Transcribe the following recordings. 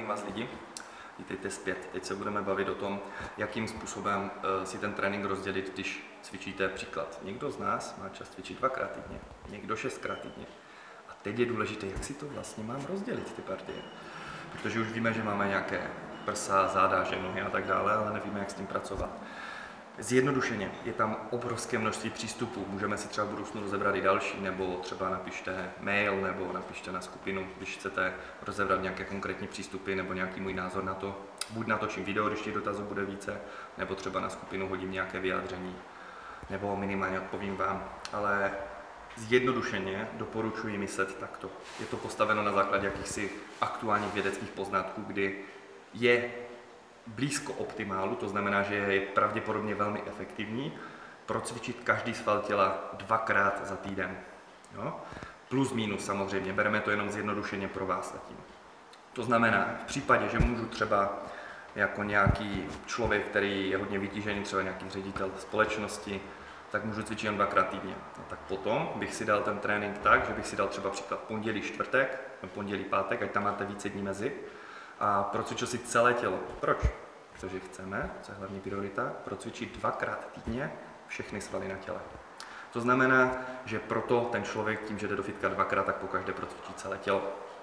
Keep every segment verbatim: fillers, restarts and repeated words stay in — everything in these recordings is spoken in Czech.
vás lidi, vítejte zpět. Teď se budeme bavit o tom, jakým způsobem uh, si ten trénink rozdělit, když cvičíte příklad. Někdo z nás má čas cvičit dvakrát týdně, někdo šestkrát týdně. A teď je důležité, jak si to vlastně mám rozdělit, ty partie. Protože už víme, že máme nějaké prsa, záda, nohy a tak dále, ale nevíme, jak s tím pracovat. Zjednodušeně, je tam obrovské množství přístupů, můžeme si třeba v budoucnu rozebrat i další, nebo třeba napište mail, nebo napište na skupinu, když chcete rozebrat nějaké konkrétní přístupy, nebo nějaký můj názor na to. Buď natočím video, když těch dotazů bude více, nebo třeba na skupinu hodím nějaké vyjádření, nebo minimálně odpovím vám. Ale zjednodušeně doporučuji myslet takto. Je to postaveno na základě jakýchsi aktuálních vědeckých poznatků, kdy je blízko optimálu, to znamená, že je pravděpodobně velmi efektivní procvičit každý sval těla dvakrát za týden. Jo? Plus minus samozřejmě, bereme to jenom zjednodušeně pro vás zatím. To znamená, v případě, že můžu třeba jako nějaký člověk, který je hodně vytížený, třeba nějaký ředitel společnosti, tak můžu cvičit jen dvakrát týdně. No, tak potom bych si dal ten trénink tak, že bych si dal třeba příklad pondělí, čtvrtek, pondělí, pátek, ať tam máte více dní mezi, a procvičil si celé tělo. Proč? Protože chceme, co je hlavní priorita, procvičit dvakrát týdně všechny svaly na těle. To znamená, že proto ten člověk tím, že jde do fitka dvakrát, tak pokaždé procvičí celé tělo.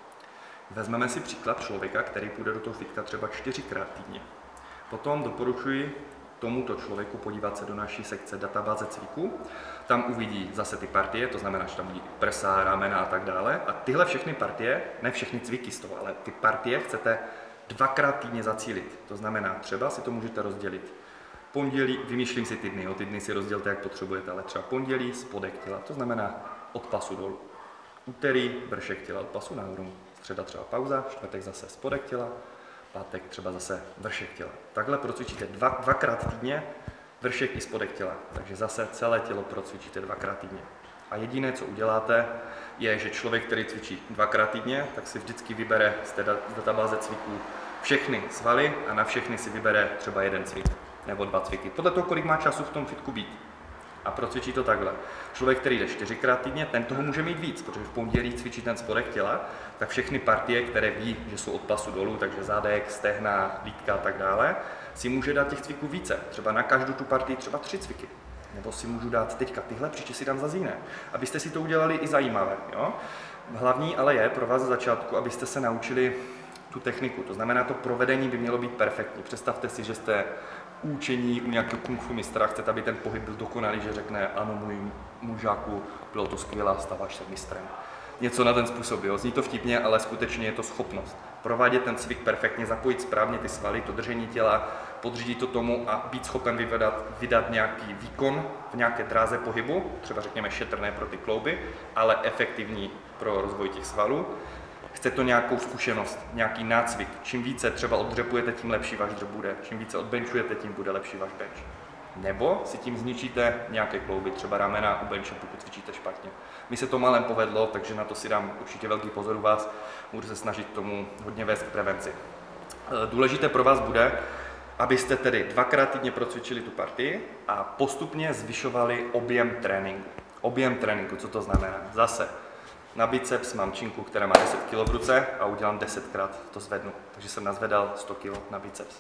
Vezmeme si příklad člověka, který půjde do toho fitka třeba čtyřikrát týdně. Potom doporučuji tomuto člověku podívat se do naší sekce databáze cviků. Tam uvidí zase ty partie, to znamená, že tam uvidí prsa, ramena a tak dále. A tyhle všechny partie, ne všechny cviky z toho, ale ty partie chcete dvakrát týdně zacílit. To znamená, třeba si to můžete rozdělit. Pondělí, vymýšlím si ty dny, jo, ty dny si rozdělte, jak potřebujete, ale třeba pondělí spodek těla, to znamená od pasu dolů. Úterý vršek těla od pasu nahoru, středa třeba pauza, čtvrtek zase spodek těla, pátek třeba zase vršek těla. Takhle procvičíte dva, dvakrát týdně vršek i spodek těla, takže zase celé tělo procvičíte dvakrát týdně. A jediné, co uděláte, je, že člověk, který cvičí dvakrát týdně, tak si vždycky vybere z té databáze cviků všechny svaly a na všechny si vybere třeba jeden cvik nebo dva cviky. Podle toho, kolik má času v tom fitku být. A procvičí to takhle. Člověk, který jde čtyřikrát týdně, ten toho může mít víc, protože v pondělí cvičí ten spodek těla, tak všechny partie, které ví, že jsou od pasu dolů, takže zádek, stehna, lítka a tak dále, si může dát těch cviků více. Třeba na každou tu partii třeba tři cviky. Nebo si můžu dát teďka tyhle, příště si dám zase jiné. Abyste si to udělali i zajímavé. Jo? Hlavní ale je pro vás za začátku, abyste se naučili tu techniku. To znamená, to provedení by mělo být perfektní. Představte si, že jste učení u nějakého kung fu mistra, chcete, aby ten pohyb byl dokonalý, že řekne, ano, můj mužáku, bylo to skvělé, stáváš se mistrem. Něco na ten způsob, jo. Zní to vtipně, ale skutečně je to schopnost. Provádět ten cvik perfektně, zapojit správně ty svaly, to držení těla, podřídit to tomu a být schopen vydat, vydat nějaký výkon v nějaké dráze pohybu, třeba řekněme šetrné pro ty klouby, ale efektivní pro rozvoj těch svalů. Chce to nějakou zkušenost, nějaký nácvik. Čím více třeba oddřepujete, tím lepší váš dřep bude. Čím více odbenčujete, tím bude lepší váš bench. Nebo si tím zničíte nějaké klouby, třeba ramena u benche, pokud cvičíte špatně. Mi se to malem povedlo, takže na to si dám určitě velký pozor u vás. Budu se snažit tomu hodně vést k prevenci. Důležité pro vás bude, abyste tedy dvakrát týdně procvičili tu partii a postupně zvyšovali objem tréninku. Objem tréninku, co to znamená? Zase na biceps mám činku, která má deset kilo v ruce a udělám desetkrát to zvednu. Takže jsem nazvedal sto kilo na biceps.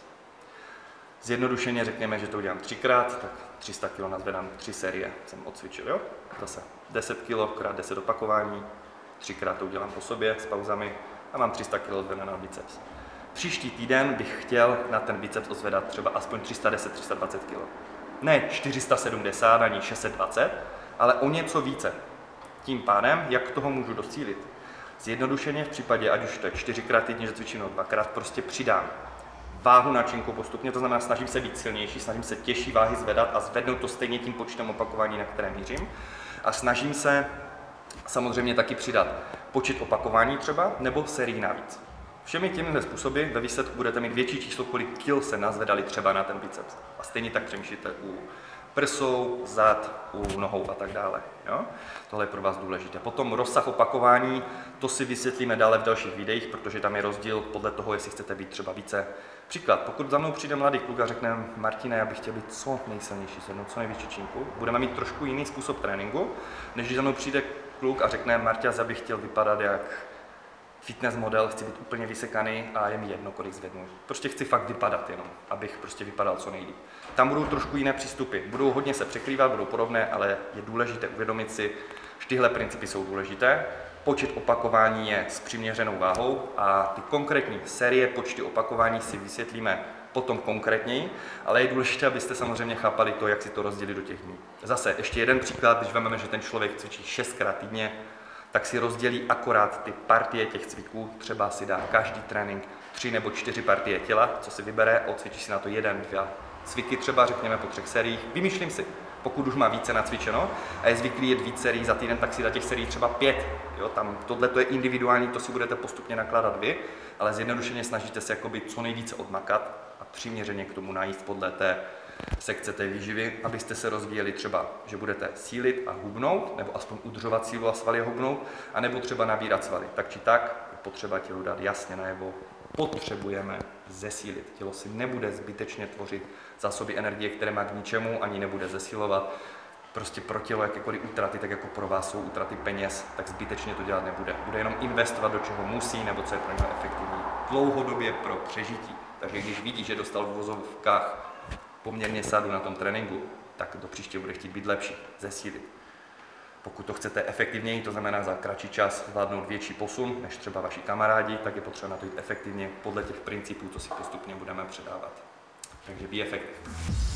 Zjednodušeně řekněme, že to udělám třikrát, tak tři sta kilo nazvedám tři série, jsem odcvičil, jo? Zase deset kilo krát deset opakování, třikrát to udělám po sobě s pauzami a mám tři sta kilo zvedne na biceps. Příští týden bych chtěl na ten biceps ozvedat třeba aspoň tři sta deset až tři sta dvacet kilo. Ne čtyři sta sedmdesát ani šest set dvacet, ale o něco více. Tím pádem, jak toho můžu docílit? Zjednodušeně v případě, ať už to je čtyřikrát týdně, že cvičím nebo dvakrát, prostě přidám váhu na činku postupně, to znamená, snažím se být silnější, snažím se těžší váhy zvedat a zvednout to stejně tím počtem opakování, na které mířím. A snažím se samozřejmě taky přidat počet opakování třeba, nebo sérií navíc. Všemi těmihle způsoby ve výsledku budete mít větší číslo, kolik kil se nazvedali třeba na ten biceps. A stejně tak přemýšlíte u prsou, zad, u nohou a tak dále. Jo? Tohle je pro vás důležité. Potom rozsah opakování, to si vysvětlíme dále v dalších videích, protože tam je rozdíl podle toho, jestli chcete být třeba více. Příklad, pokud za mnou přijde mladý kluk a řekne, Martine, já bych chtěl být co nejsilnější, zvednout co největší činku, budeme mít trošku jiný způsob tréninku, než když za mnou přijde kluk a řekne, Marťas, já bych chtěl vypadat jak fitness model, chci být úplně vysekaný a je mi jedno, kolik zvednu. Prostě chci fakt vypadat jenom, abych prostě vypadal co nejlíp. Tam budou trošku jiné přístupy, budou hodně se překrývat, budou podobné, ale je důležité uvědomit si, že tyhle principy jsou důležité. Počet opakování je s přiměřenou váhou a ty konkrétní série, počty opakování si vysvětlíme potom konkrétněji, ale je důležité, abyste samozřejmě chápali to, jak si to rozdělit do těch dní. Zase ještě jeden příklad, když vezmeme, že ten člověk cvičí šestkrát týdně, tak si rozdělí akorát ty partie těch cviků, třeba si dá každý trénink tři nebo čtyři partie těla, co si vybere, odcvičí si na to jeden, dva cviky třeba, řekněme po třech sériích, vymýšlím si. Pokud už má více nacvičeno a je zvyklý jet víc sérií za týden, tak si dá těch sérií třeba pět. Jo, tam tohle to je individuální, to si budete postupně nakládat vy, ale zjednodušeně snažíte se jakoby co nejvíce odmakat a přiměřeně k tomu najíst podle té sekce té výživy, abyste se rozvíjeli třeba, že budete sílit a hubnout, nebo aspoň udržovat sílu a svaly a hubnout, anebo třeba nabírat svaly. Tak či tak je potřeba tělu dát jasně najevo, potřebujeme zesílit. Tělo si nebude zbytečně tvořit zásoby energie, které má k ničemu, ani nebude zesilovat. Prostě pro tělo jakékoliv útraty, tak jako pro vás jsou útraty peněz, tak zbytečně to dělat nebude. Bude jenom investovat do čeho musí, nebo co je pro něho efektivní dlouhodobě pro přežití. Takže když vidí, že dostal v vozovkách poměrně sadu na tom tréninku, tak do příště bude chtít být lepší, zesílit. Pokud to chcete efektivněji, to znamená za kratší čas zvládnout větší posun než třeba vaši kamarádi, tak je potřeba na to jít efektivně podle těch principů, co si postupně budeme předávat. Takže be effective.